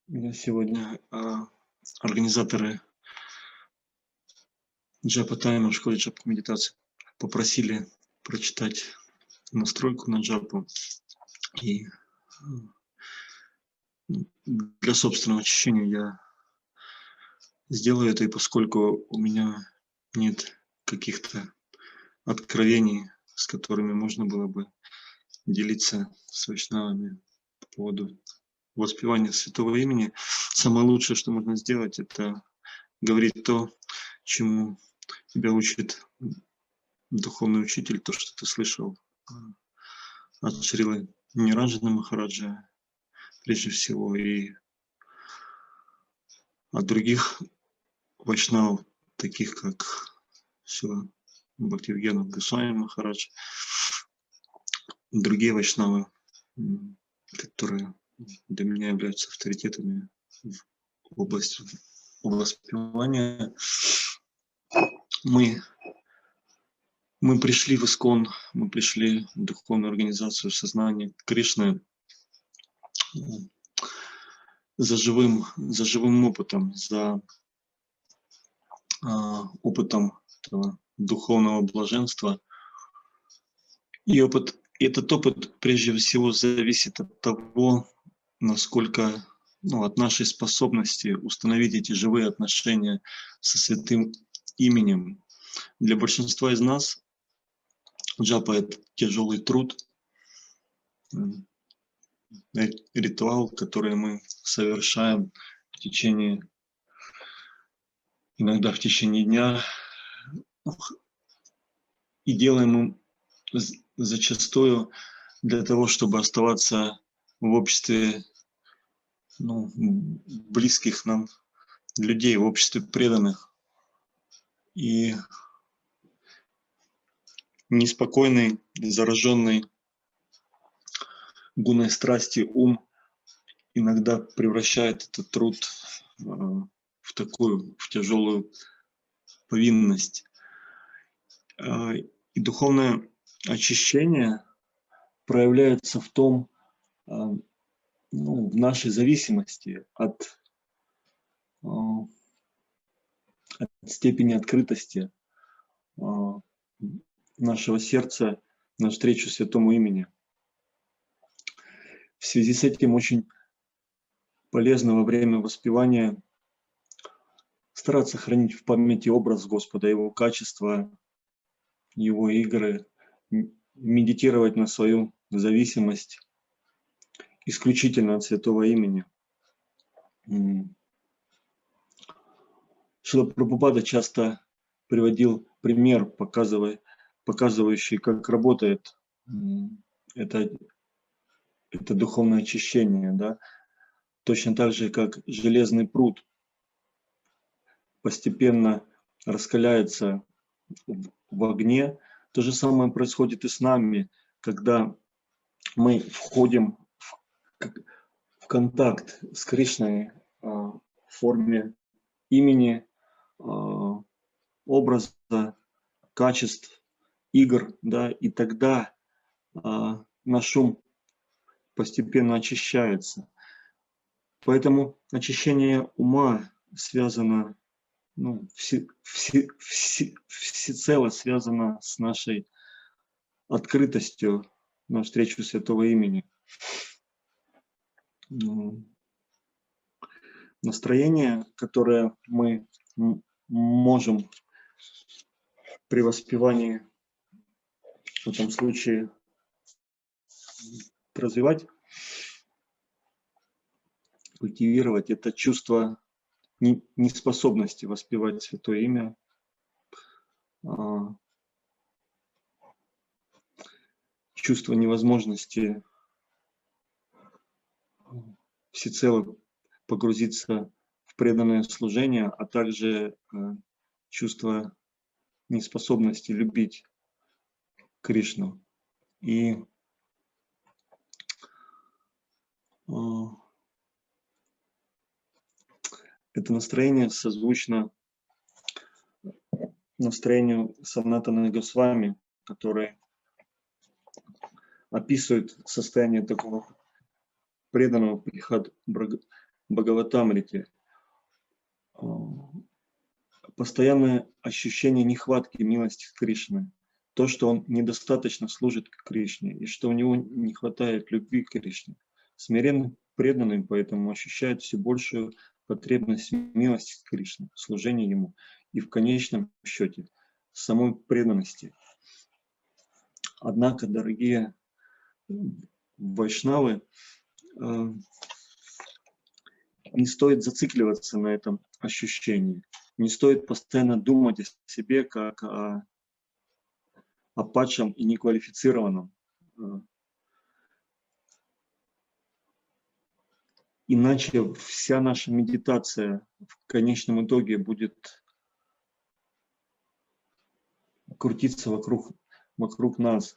Меня сегодня организаторы джапа тайма в школе джапа медитации попросили прочитать настройку на джапу и для собственного очищения я сделаю это, и поскольку у меня нет каких-то откровений, с которыми можно было бы делиться с вайшнавами по поводу воспевания святого имени, самое лучшее, что можно сделать, это говорить то, чему тебя учит духовный учитель, то, что ты слышал от Шрилы Ниранджана Махараджа, прежде всего, и от других вайшнавов, таких как Шрила Бхактивинода Госвами Махарадж, другие вайшнавы, которые для меня являются авторитетами в области воспевания. Мы пришли в Искон, мы пришли в духовную организацию сознания Кришны за живым опытом, за опытом этого духовного блаженства. И этот опыт прежде всего зависит от того, насколько, от нашей способности установить эти живые отношения со святым именем. Для большинства из нас джапа — это тяжелый труд, ритуал, который мы совершаем иногда в течение дня, и делаем зачастую для того, чтобы оставаться в обществе близких нам людей, в обществе преданных. И неспокойный, зараженный гуной страсти ум иногда превращает этот труд в тяжелую повинность. И духовное очищение проявляется в в нашей зависимости от степени открытости нашего сердца навстречу святому имени. В связи с этим очень полезно во время воспевания стараться хранить в памяти образ Господа, Его качества, Его игры, медитировать на свою зависимость исключительно от святого имени. Шрила Прабхупада часто приводил пример, показывающий, как работает это духовное очищение, да? Точно так же, как железный пруд постепенно раскаляется в огне, то же самое происходит и с нами, когда мы входим в контакт с Кришной в форме имени, образа, качеств, игр, да, и тогда наш ум постепенно очищается. Поэтому очищение ума связано, всецело связано с нашей открытостью навстречу святого имени. Настроение, которое мы можем при воспевании в этом случае развивать, культивировать, это чувство неспособности воспевать святое имя, чувство невозможности всецело погрузиться в преданное служение, а также чувство неспособности любить Кришну. И это настроение созвучно настроению Санатаны Госвами, который описывает состояние такого преданного Бхагаватамрите. Постоянное ощущение нехватки милости Кришны. То, что он недостаточно служит Кришне, и что у него не хватает любви к Кришне. Смиренный преданный поэтому ощущает все большую потребность милости Кришны, служения ему, и в конечном счете самой преданности. Однако, дорогие вайшнавы, не стоит зацикливаться на этом ощущении. Не стоит постоянно думать о себе как о падшем и неквалифицированном. Иначе вся наша медитация в конечном итоге будет крутиться вокруг нас.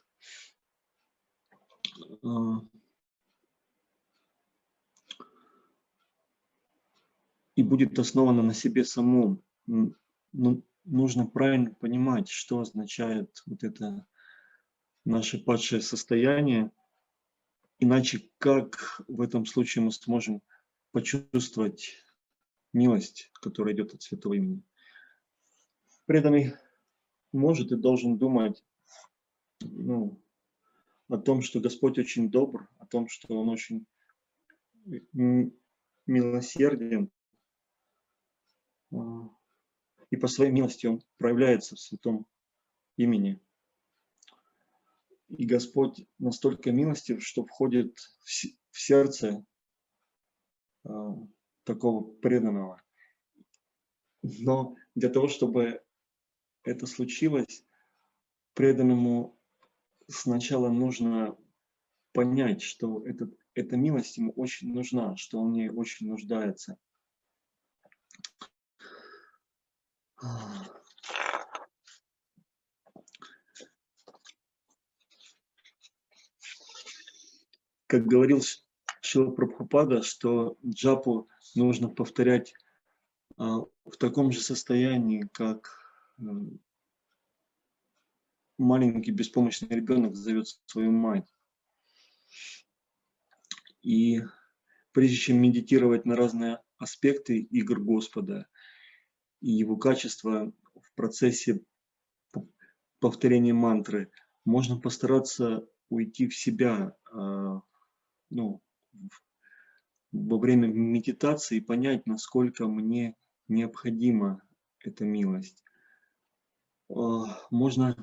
И будет основана на себе самом. Но нужно правильно понимать, что означает вот это наше падшее состояние. Иначе как в этом случае мы сможем почувствовать милость, которая идет от святого имени? Преданный может и должен думать о том, что Господь очень добр, о том, что Он очень милосерден, и по своей милости Он проявляется в святом имени. И Господь настолько милостив, что входит в сердце такого преданного. Но для того, чтобы это случилось, преданному сначала нужно понять, что эта милость ему очень нужна, что он в ней очень нуждается. Как говорил Шрила Прабхупада, что джапу нужно повторять в таком же состоянии, как маленький беспомощный ребенок зовет свою мать. И прежде чем медитировать на разные аспекты игр Господа и его качества в процессе повторения мантры, можно постараться уйти в себя во время медитации и понять, насколько мне необходима эта милость. Можно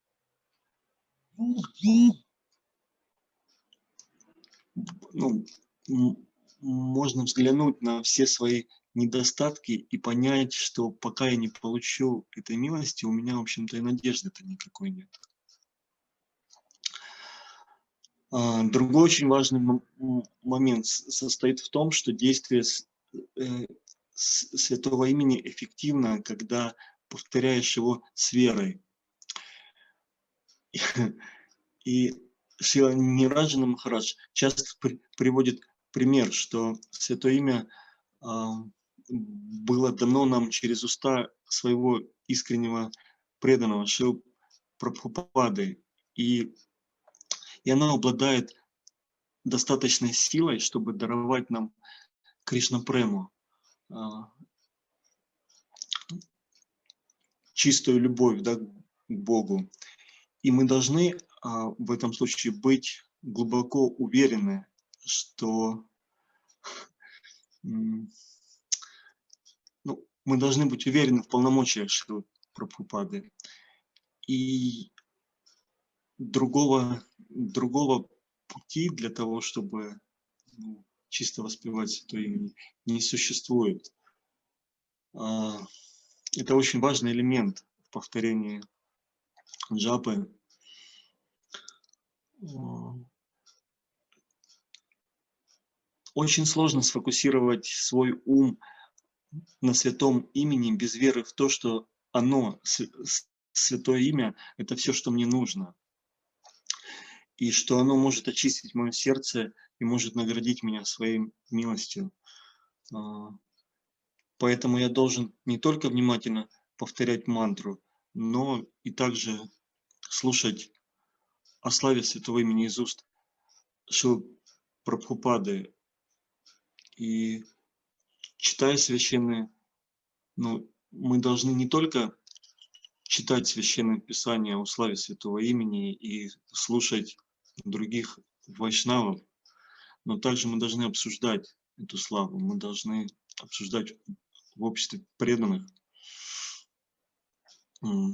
можно взглянуть на все свои недостатки и понять, что пока я не получу этой милости, у меня, в общем-то, и надежды-то никакой нет. Другой очень важный момент состоит в том, что действие святого имени эффективно, когда повторяешь его с верой. И Шрила Нираджана Махарадж часто приводит пример, что святое имя было дано нам через уста своего искреннего преданного Шрилы Прабхупады. И оно обладает достаточной силой, чтобы даровать нам Кришна-прему, чистую любовь, да, к Богу. И мы должны в этом случае быть глубоко уверены, что мы должны быть уверены в полномочиях Шрилы Прабхупады. И другого пути для того, чтобы чисто воспевать святое имя, не существует. Это очень важный элемент в повторении джапы. Очень сложно сфокусировать свой ум на святом имени без веры в то, что оно, святое имя, это все, что мне нужно. И что оно может очистить мое сердце и может наградить меня своей милостью. Поэтому я должен не только внимательно повторять мантру, но и также слушать о славе святого имени из уст Шрилы Прабхупады. И читая священные, ну, мы должны не только читать Священное Писание о славе Святого Имени и слушать других вайшнавов, но также мы должны обсуждать эту славу, мы должны обсуждать в обществе преданных. М.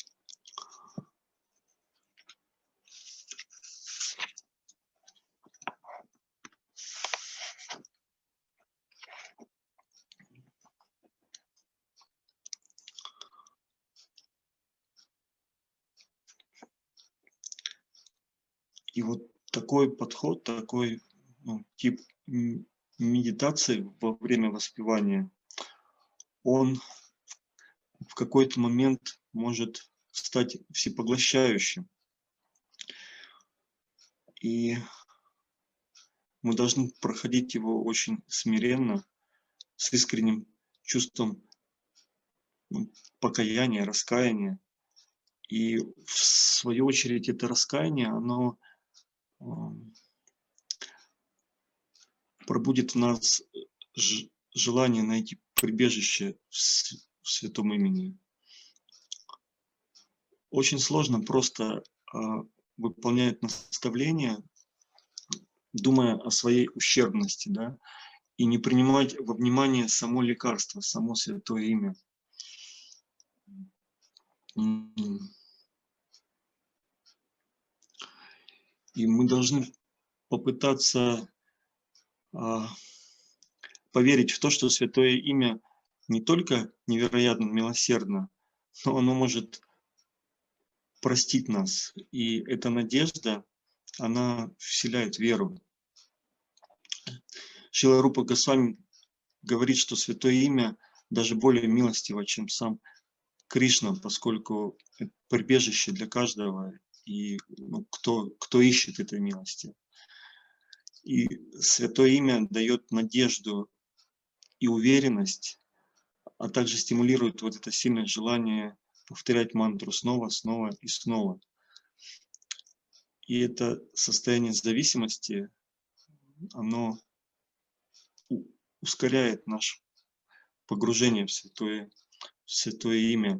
И вот такой подход, такой, ну, тип медитации во время воспевания, он в какой-то момент может стать всепоглощающим. И мы должны проходить его очень смиренно, с искренним чувством, ну, покаяния, раскаяния. И в свою очередь это раскаяние, оно пробудит в нас желание найти прибежище в святом имени. Очень сложно просто выполнять наставления, думая о своей ущербности, да, и не принимать во внимание само лекарство, само святое имя. И мы должны попытаться поверить в то, что святое имя не только невероятно милосердно, но оно может простить нас. И эта надежда, она вселяет веру. Шрила Рупа Госвами говорит, что святое имя даже более милостиво, чем сам Кришна, поскольку это прибежище для каждого, и кто ищет этой милости. И святое имя дает надежду и уверенность, а также стимулирует вот это сильное желание повторять мантру снова, снова и снова. И это состояние зависимости, оно ускоряет наше погружение в святое имя.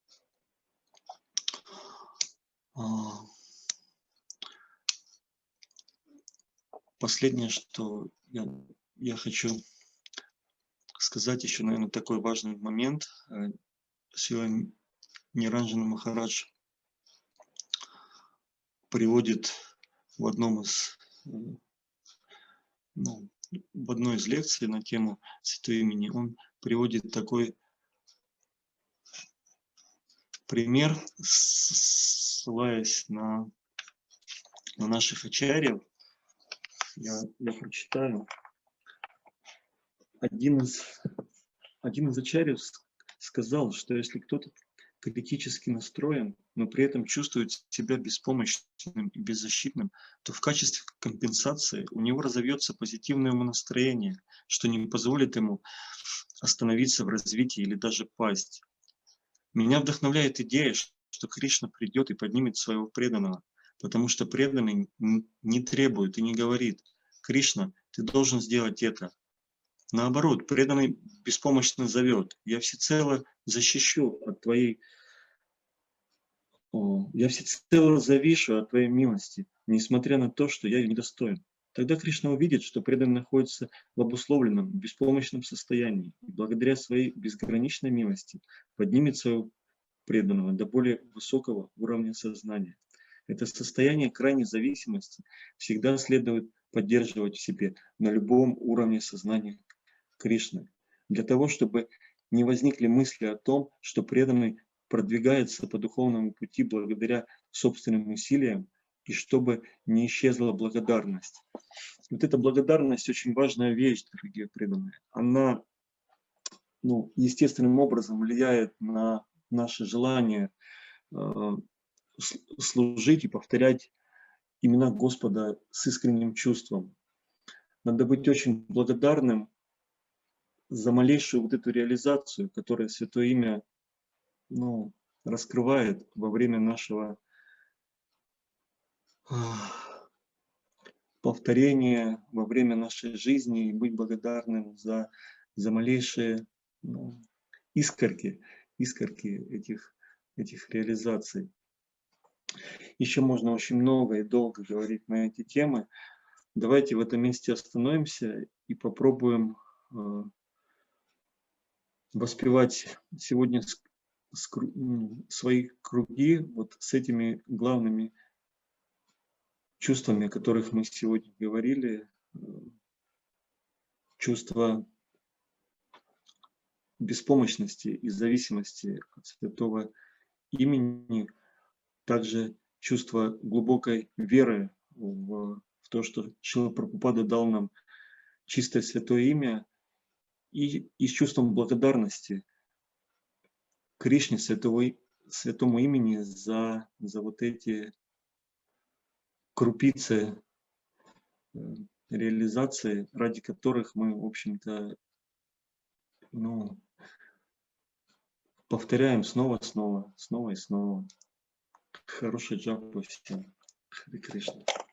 Последнее, что я хочу сказать, еще, наверное, такой важный момент. Шрила Ниранджана Махарадж приводит в одном из, в одной из лекций на тему святого имени, он приводит такой пример, ссылаясь на наших ачарьев. Я прочитаю. Один из ачарьев сказал, что если кто-то критически настроен, но при этом чувствует себя беспомощным и беззащитным, то в качестве компенсации у него разовьется позитивное умонастроение, что не позволит ему остановиться в развитии или даже пасть. Меня вдохновляет идея, что Кришна придет и поднимет своего преданного, потому что преданный не требует и не говорит: «Кришна, ты должен сделать это». Наоборот, преданный беспомощно зовет: «Я всецело защищу от твоей, я всецело завишу от твоей милости, несмотря на то, что я ее недостоин». Тогда Кришна увидит, что преданный находится в обусловленном, беспомощном состоянии, и благодаря своей безграничной милости поднимет своего преданного до более высокого уровня сознания. Это состояние крайней зависимости всегда следует поддерживать в себе на любом уровне сознания Кришны, для того, чтобы не возникли мысли о том, что преданный продвигается по духовному пути благодаря собственным усилиям, и чтобы не исчезла благодарность. Вот эта благодарность очень важная вещь, дорогие преданные. Она, естественным образом влияет на наше желание служить и повторять имена Господа с искренним чувством. Надо быть очень благодарным за малейшую вот эту реализацию, которую Святое Имя раскрывает во время нашего повторения, во время нашей жизни, и быть благодарным за за малейшие искорки этих реализаций. Еще можно очень много и долго говорить на эти темы. Давайте в этом месте остановимся и попробуем воспевать сегодня свои круги вот с этими главными чувствами, о которых мы сегодня говорили. Чувство беспомощности и зависимости от святого имени, также чувство глубокой веры в то, что Шрила Прабхупада дал нам чистое святое имя, и с чувством благодарности Кришне, святому имени, за вот эти крупицы реализации, ради которых мы, в общем-то, повторяем снова и снова. Хороший джапа всем. Харе Кришна.